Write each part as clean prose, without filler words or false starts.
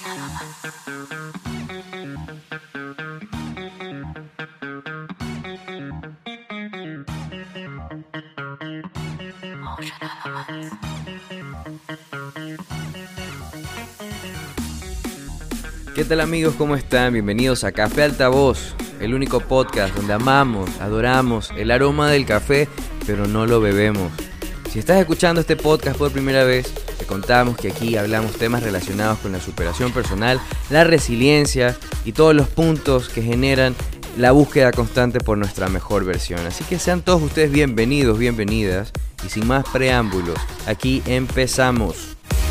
¿Qué tal amigos? ¿Cómo están? Bienvenidos a Café Altavoz, el único podcast donde amamos, adoramos el aroma del café, pero no lo bebemos. Si estás escuchando este podcast por primera vez, te contamos que aquí hablamos temas relacionados con la superación personal, la resiliencia y todos los puntos que generan la búsqueda constante por nuestra mejor versión. Así que sean todos ustedes bienvenidos, bienvenidas, y sin más preámbulos, aquí empezamos.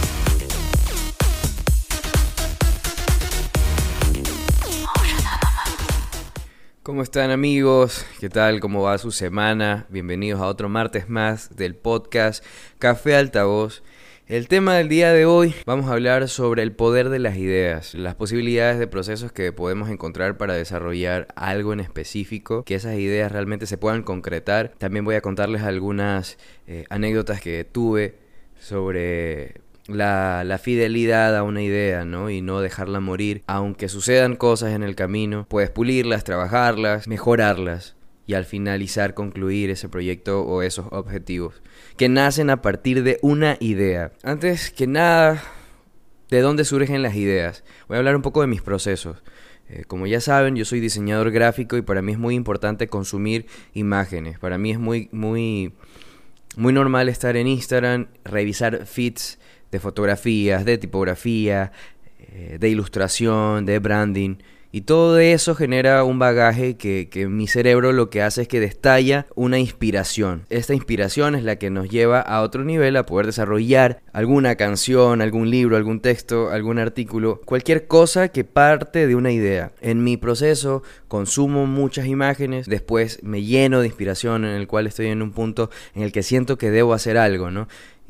¿Cómo están amigos? ¿Qué tal? ¿Cómo va su semana? Bienvenidos a otro martes más del podcast Café Altavoz. El tema del día de hoy vamos a hablar sobre el poder de las ideas, las posibilidades de procesos que podemos encontrar para desarrollar algo en específico, que esas ideas realmente se puedan concretar. También voy a contarles algunas anécdotas que tuve sobre la fidelidad a una idea, ¿no? Y no dejarla morir. Aunque sucedan cosas en el camino, puedes pulirlas, trabajarlas, mejorarlas y al finalizar concluir ese proyecto o esos objetivos que nacen a partir de una idea. Antes que nada, ¿de dónde surgen las ideas? Voy a hablar un poco de mis procesos. Como ya saben, yo soy diseñador gráfico y para mí es muy importante consumir imágenes. Para mí es muy normal estar en Instagram, revisar feeds de fotografías, de tipografía, de ilustración, de branding. Y todo eso genera un bagaje que mi cerebro lo que hace es que destalla una inspiración. Esta inspiración es la que nos lleva a otro nivel, a poder desarrollar alguna canción, algún libro, algún texto, algún artículo, cualquier cosa que parte de una idea. En mi proceso consumo muchas imágenes, después me lleno de inspiración en el cual estoy en un punto en el que siento que debo hacer algo, ¿no?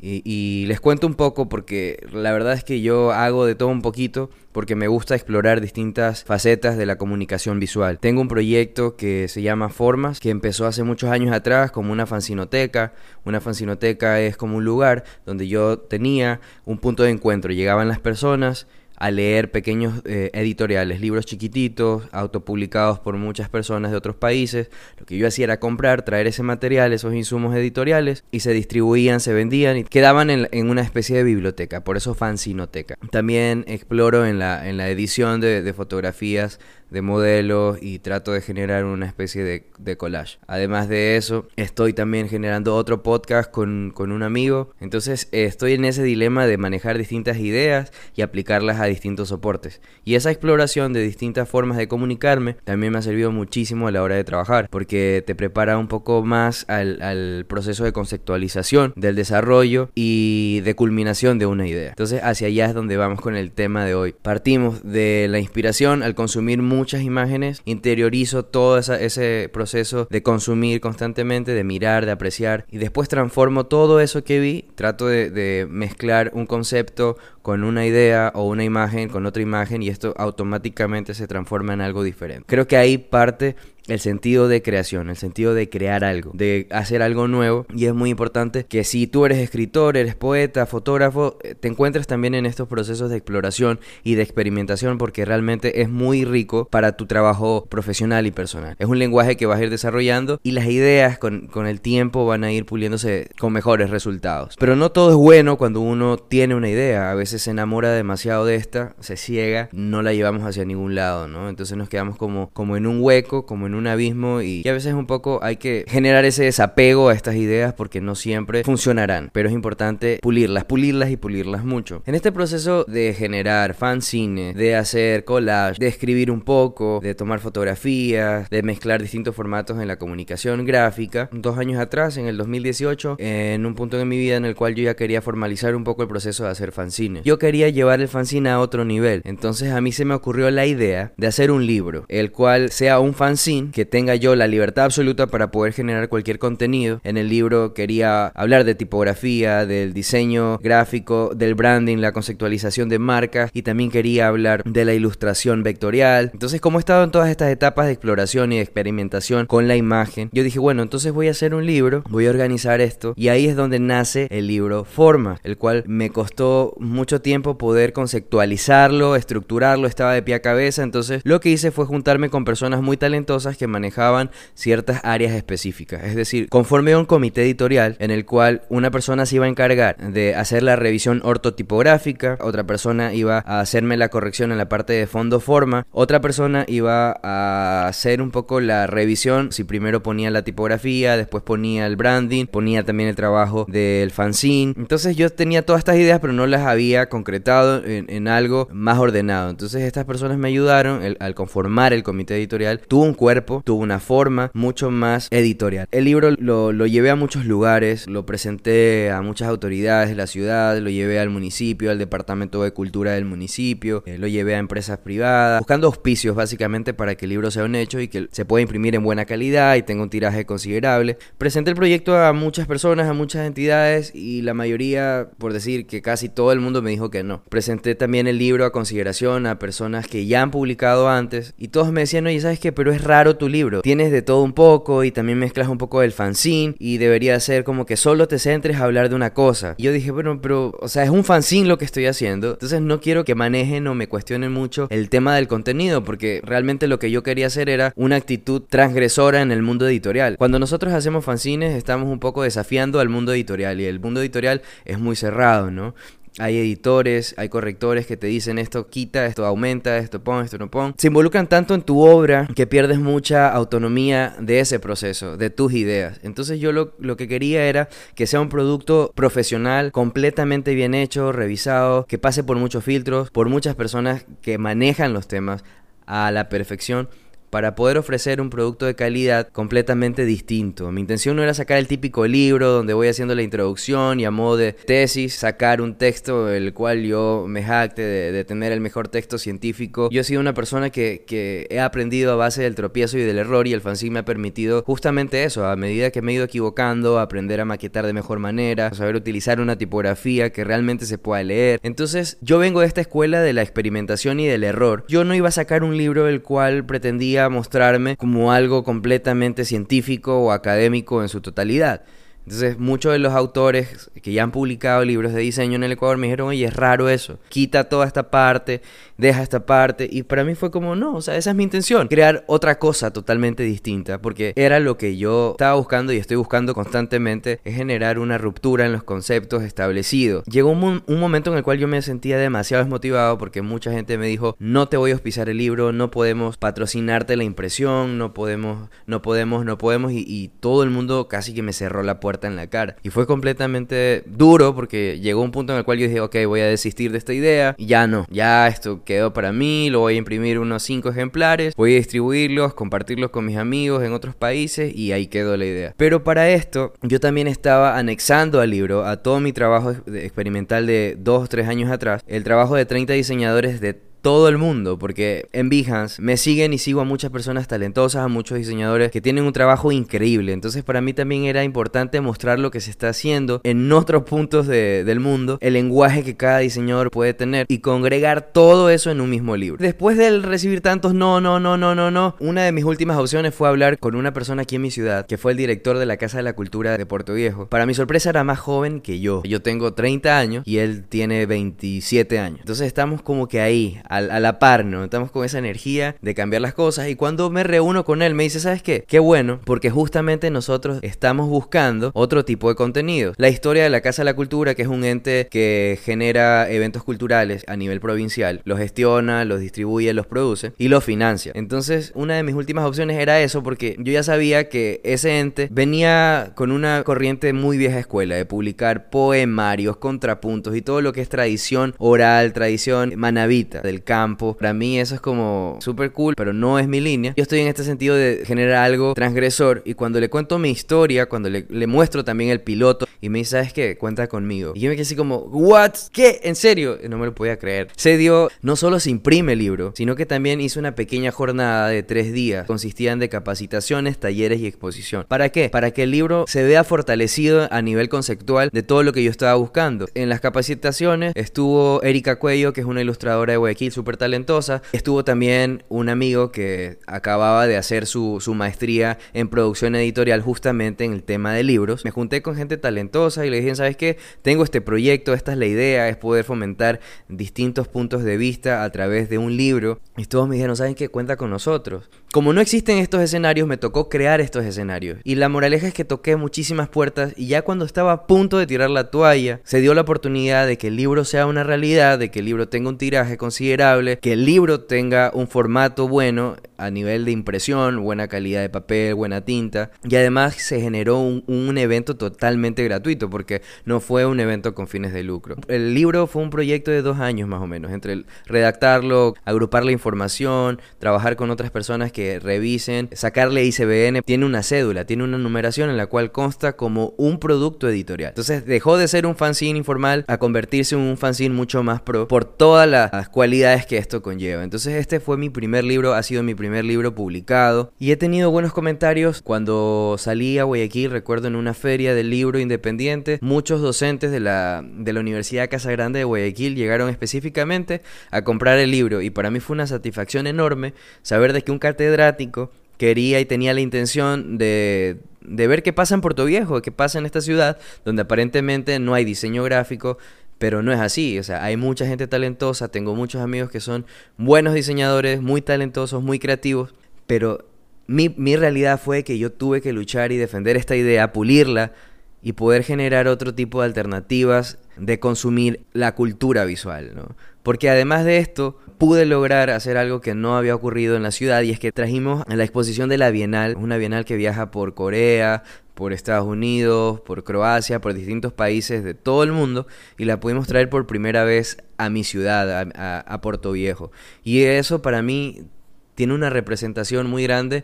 Y les cuento un poco porque la verdad es que yo hago de todo un poquito porque me gusta explorar distintas facetas de la comunicación visual. Tengo un proyecto que se llama Formas, que empezó hace muchos años atrás como una fanzinoteca. Una fanzinoteca es como un lugar donde yo tenía un punto de encuentro. Llegaban las personas a leer pequeños editoriales, libros chiquititos, autopublicados por muchas personas de otros países. Lo que yo hacía era comprar, traer ese material, esos insumos editoriales, y se distribuían, se vendían y quedaban en una especie de biblioteca, por eso fanzinoteca. También exploro en la edición de fotografías de modelos y trato de generar una especie de collage. Además de eso, estoy también generando otro podcast con un amigo. Entonces estoy en ese dilema de manejar distintas ideas y aplicarlas a distintos soportes. Y esa exploración de distintas formas de comunicarme también me ha servido muchísimo a la hora de trabajar, porque te prepara un poco más al proceso de conceptualización, del desarrollo y de culminación de una idea. Entonces hacia allá es donde vamos con el tema de hoy. Partimos de la inspiración al consumir muchas imágenes, interiorizo todo ese proceso de consumir constantemente, de mirar, de apreciar, y después transformo todo eso que vi, trato de mezclar un concepto con una idea o una imagen con otra imagen, y esto automáticamente se transforma en algo diferente. Creo que ahí parte el sentido de creación, el sentido de crear algo, de hacer algo nuevo. Y es muy importante que si tú eres escritor, eres poeta, fotógrafo, te encuentres también en estos procesos de exploración y de experimentación, porque realmente es muy rico para tu trabajo profesional y personal. Es un lenguaje que vas a ir desarrollando y las ideas con el tiempo van a ir puliéndose con mejores resultados. Pero no todo es bueno cuando uno tiene una idea. A veces se enamora demasiado de esta, se ciega, no la llevamos hacia ningún lado, ¿no? Entonces nos quedamos como en un hueco, como en un abismo, y a veces un poco hay que generar ese desapego a estas ideas porque no siempre funcionarán, pero es importante pulirlas y pulirlas mucho. En este proceso de generar fanzines, de hacer collage, de escribir un poco, de tomar fotografías, de mezclar distintos formatos en la comunicación gráfica, 2 años atrás, en el 2018, en un punto de mi vida en el cual yo ya quería formalizar un poco el proceso de hacer fanzines. Yo quería llevar el fanzine a otro nivel, entonces a mí se me ocurrió la idea de hacer un libro, el cual sea un fanzine que tenga yo la libertad absoluta para poder generar cualquier contenido. En el libro quería hablar de tipografía, del diseño gráfico, del branding, la conceptualización de marcas, y también quería hablar de la ilustración vectorial. Entonces, como he estado en todas estas etapas de exploración y de experimentación con la imagen, yo dije, bueno, entonces voy a hacer un libro, voy a organizar esto, y ahí es donde nace el libro Formas, el cual me costó mucho mucho tiempo poder conceptualizarlo, estructurarlo, estaba de pie a cabeza. Entonces lo que hice fue juntarme con personas muy talentosas que manejaban ciertas áreas específicas. Es decir, conformé un comité editorial en el cual una persona se iba a encargar de hacer la revisión ortotipográfica, otra persona iba a hacerme la corrección en la parte de fondo-forma, otra persona iba a hacer un poco la revisión, si primero ponía la tipografía, después ponía el branding, ponía también el trabajo del fanzine. Entonces yo tenía todas estas ideas, pero no las había concretado en algo más ordenado. Entonces estas personas me ayudaron al conformar el comité editorial. Tuvo un cuerpo, tuvo una forma mucho más editorial. El libro lo llevé a muchos lugares, lo presenté a muchas autoridades de la ciudad, lo llevé al municipio, al departamento de cultura del municipio, lo llevé a empresas privadas, buscando auspicios básicamente para que el libro sea un hecho y que se pueda imprimir en buena calidad y tenga un tiraje considerable. Presenté el proyecto a muchas personas, a muchas entidades, y la mayoría, por decir que casi todo el mundo, me dijo que no. Presenté también el libro a consideración a personas que ya han publicado antes y todos me decían: oye, ¿sabes qué? Pero es raro tu libro, tienes de todo un poco y también mezclas un poco del fanzine y debería ser como que solo te centres a hablar de una cosa. Y yo dije, bueno, pero, o sea, es un fanzine lo que estoy haciendo, entonces no quiero que manejen o me cuestionen mucho el tema del contenido, porque realmente lo que yo quería hacer era una actitud transgresora en el mundo editorial. Cuando nosotros hacemos fanzines estamos un poco desafiando al mundo editorial, y el mundo editorial es muy cerrado, ¿no? Hay editores, hay correctores que te dicen esto quita, esto aumenta, esto pon, esto no pon. Se involucran tanto en tu obra que pierdes mucha autonomía de ese proceso, de tus ideas. Entonces yo lo que quería era que sea un producto profesional, completamente bien hecho, revisado, que pase por muchos filtros, por muchas personas que manejan los temas a la perfección, para poder ofrecer un producto de calidad completamente distinto. Mi intención no era sacar el típico libro donde voy haciendo la introducción y a modo de tesis sacar un texto el cual yo me jacte de tener el mejor texto científico. Yo he sido una persona que he aprendido a base del tropiezo y del error, y el fanzine me ha permitido justamente eso, a medida que me he ido equivocando, aprender a maquetar de mejor manera, saber utilizar una tipografía que realmente se pueda leer. Entonces yo vengo de esta escuela de la experimentación y del error. Yo no iba a sacar un libro el cual pretendía mostrarme como algo completamente científico o académico en su totalidad. Entonces muchos de los autores que ya han publicado libros de diseño en el Ecuador me dijeron: oye, es raro eso, quita toda esta parte, deja esta parte. Y para mí fue como, no, o sea, esa es mi intención, crear otra cosa totalmente distinta, porque era lo que yo estaba buscando y estoy buscando constantemente, es generar una ruptura en los conceptos establecidos. Llegó un momento en el cual yo me sentía demasiado desmotivado, porque mucha gente me dijo: no te voy a auspiciar el libro, no podemos patrocinarte la impresión, no podemos, y todo el mundo casi que me cerró la puerta en la cara. Y fue completamente duro, porque llegó un punto en el cual yo dije: ok, voy a desistir de esta idea, y ya no, ya esto quedó para mí, lo voy a imprimir unos 5 ejemplares, voy a distribuirlos, compartirlos con mis amigos en otros países, y ahí quedó la idea. Pero para esto yo también estaba anexando al libro, a todo mi trabajo experimental de 2 o 3 años atrás, el trabajo de 30 diseñadores de todo el mundo, porque en Behance me siguen y sigo a muchas personas talentosas, a muchos diseñadores que tienen un trabajo increíble. Entonces para mí también era importante mostrar lo que se está haciendo en otros puntos del mundo, el lenguaje que cada diseñador puede tener, y congregar todo eso en un mismo libro. Después de recibir tantos no, una de mis últimas opciones fue hablar con una persona aquí en mi ciudad, que fue el director de la Casa de la Cultura de Puerto Viejo. Para mi sorpresa era más joven que yo. Yo tengo 30 años y él tiene 27 años. Entonces estamos como que ahí, a la par, ¿no? Estamos con esa energía de cambiar las cosas, y cuando me reúno con él me dice: ¿sabes qué? Qué bueno, porque justamente nosotros estamos buscando otro tipo de contenido. La historia de la Casa de la Cultura, que es un ente que genera eventos culturales a nivel provincial, los gestiona, los distribuye, los produce y los financia. Entonces una de mis últimas opciones era eso, porque yo ya sabía que ese ente venía con una corriente muy vieja escuela de publicar poemarios, contrapuntos y todo lo que es tradición oral, tradición manabita del campo. Para mí eso es como súper cool, pero no es mi línea. Yo estoy en este sentido de generar algo transgresor, y cuando le cuento mi historia, cuando le muestro también el piloto, y me dice: ¿sabes qué? Cuenta conmigo. Y yo me quedé así como: ¿what? ¿Qué? ¿En serio? No me lo podía creer. No solo se imprime el libro, sino que también hice una pequeña jornada de 3 días. Consistían de capacitaciones, talleres y exposición. ¿Para qué? Para que el libro se vea fortalecido a nivel conceptual de todo lo que yo estaba buscando. En las capacitaciones estuvo Erika Cuello, que es una ilustradora de Guayaquil, Guayaquil, súper talentosa. Estuvo también un amigo que acababa de hacer su maestría en producción editorial justamente en el tema de libros. Me junté con gente talentosa y le dije, ¿sabes qué? Tengo este proyecto, esta es la idea, es poder fomentar distintos puntos de vista a través de un libro. Y todos me dijeron, ¿saben qué? Cuenta con nosotros. Como no existen estos escenarios, me tocó crear estos escenarios. Y la moraleja es que toqué muchísimas puertas y ya cuando estaba a punto de tirar la toalla, se dio la oportunidad de que el libro sea una realidad, de que el libro tenga un tiraje considerable, que el libro tenga un formato bueno a nivel de impresión, buena calidad de papel, buena tinta. Y además se generó un evento totalmente gratuito porque no fue un evento con fines de lucro. El libro fue un proyecto de 2 años más o menos, entre redactarlo, agrupar la información, trabajar con otras personas que revisen, sacarle ISBN. Tiene una cédula, tiene una numeración en la cual consta como un producto editorial. Entonces dejó de ser un fanzine informal a convertirse en un fanzine mucho más pro por todas las cualidades que esto conlleva. Entonces este fue mi primer libro, ha sido mi primer libro publicado y he tenido buenos comentarios. Cuando salí a Guayaquil, recuerdo en una feria del libro independiente, muchos docentes de la Universidad Casa Grande de Guayaquil llegaron específicamente a comprar el libro y para mí fue una satisfacción enorme saber de que un catedrático quería y tenía la intención de ver qué pasa en Puerto Viejo, qué pasa en esta ciudad donde aparentemente no hay diseño gráfico, pero no es así. O sea, hay mucha gente talentosa, tengo muchos amigos que son buenos diseñadores, muy talentosos, muy creativos, pero mi realidad fue que yo tuve que luchar y defender esta idea, pulirla y poder generar otro tipo de alternativas de consumir la cultura visual, ¿no? Porque además de esto, pude lograr hacer algo que no había ocurrido en la ciudad y es que trajimos a la exposición de la Bienal, una Bienal que viaja por Corea, por Estados Unidos, por Croacia, por distintos países de todo el mundo y la pudimos traer por primera vez a mi ciudad, a Puerto Viejo. Y eso para mí tiene una representación muy grande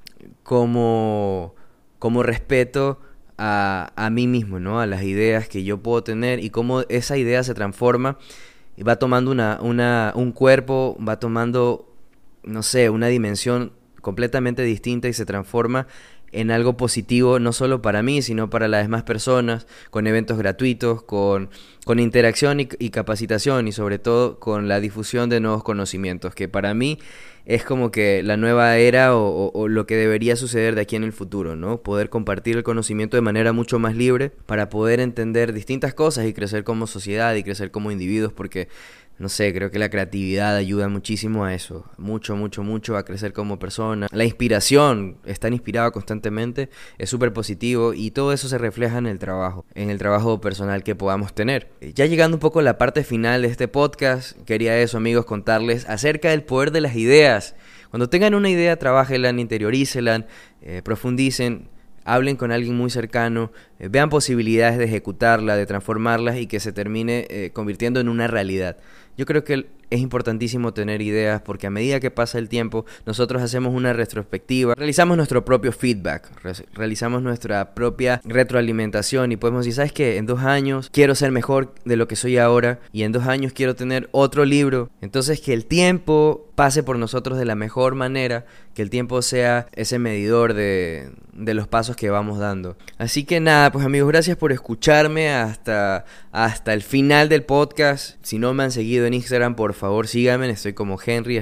como respeto a mí mismo, ¿no? A las ideas que yo puedo tener y cómo esa idea se transforma y va tomando un cuerpo, va tomando, no sé, una dimensión completamente distinta y se transforma en algo positivo, no solo para mí, sino para las demás personas, con eventos gratuitos, con interacción y capacitación y sobre todo con la difusión de nuevos conocimientos, que para mí es como que la nueva era o lo que debería suceder de aquí en el futuro, ¿no? Poder compartir el conocimiento de manera mucho más libre para poder entender distintas cosas y crecer como sociedad y crecer como individuos, porque no sé, creo que la creatividad ayuda muchísimo a eso, mucho a crecer como persona. La inspiración, estar inspirado constantemente es súper positivo y todo eso se refleja en el trabajo personal que podamos tener. Ya llegando un poco a la parte final de este podcast, quería eso, amigos, contarles acerca del poder de las ideas. Cuando tengan una idea, trabájenla, interiorícenla, profundicen. Hablen con alguien muy cercano, vean posibilidades de ejecutarla, de transformarlas y que se termine convirtiendo en una realidad. Yo creo que es importantísimo tener ideas porque a medida que pasa el tiempo nosotros hacemos una retrospectiva, realizamos nuestro propio feedback, realizamos nuestra propia retroalimentación y podemos decir, ¿sabes qué? En 2 años quiero ser mejor de lo que soy ahora y en 2 años quiero tener otro libro. Entonces que el tiempo pase por nosotros de la mejor manera, que el tiempo sea ese medidor de los pasos que vamos dando. Así que nada, pues amigos, gracias por escucharme hasta el final del podcast. Si no me han seguido en Instagram, por favor síganme, estoy como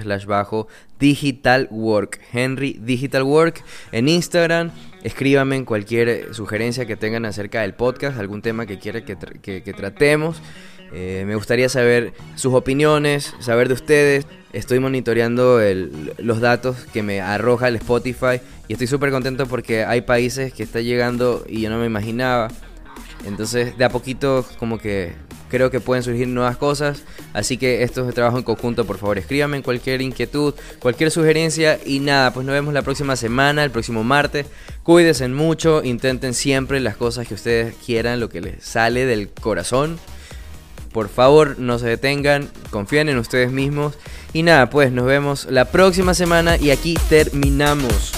Henry_Digitalwork, Henry Digital Work en Instagram. Escríbanme en cualquier sugerencia que tengan acerca del podcast, algún tema que quieran que tratemos. Me gustaría saber sus opiniones, saber de ustedes. Estoy monitoreando los datos que me arroja el Spotify y estoy súper contento porque hay países que está llegando y yo no me imaginaba. Entonces de a poquito como que creo que pueden surgir nuevas cosas. Así que esto es un trabajo en conjunto. Por favor escríbanme cualquier inquietud, cualquier sugerencia. Y nada, pues nos vemos la próxima semana, el próximo martes. Cuídense mucho, intenten siempre las cosas que ustedes quieran, lo que les sale del corazón. Por favor, no se detengan, confíen en ustedes mismos. Y nada, pues nos vemos la próxima semana y aquí terminamos.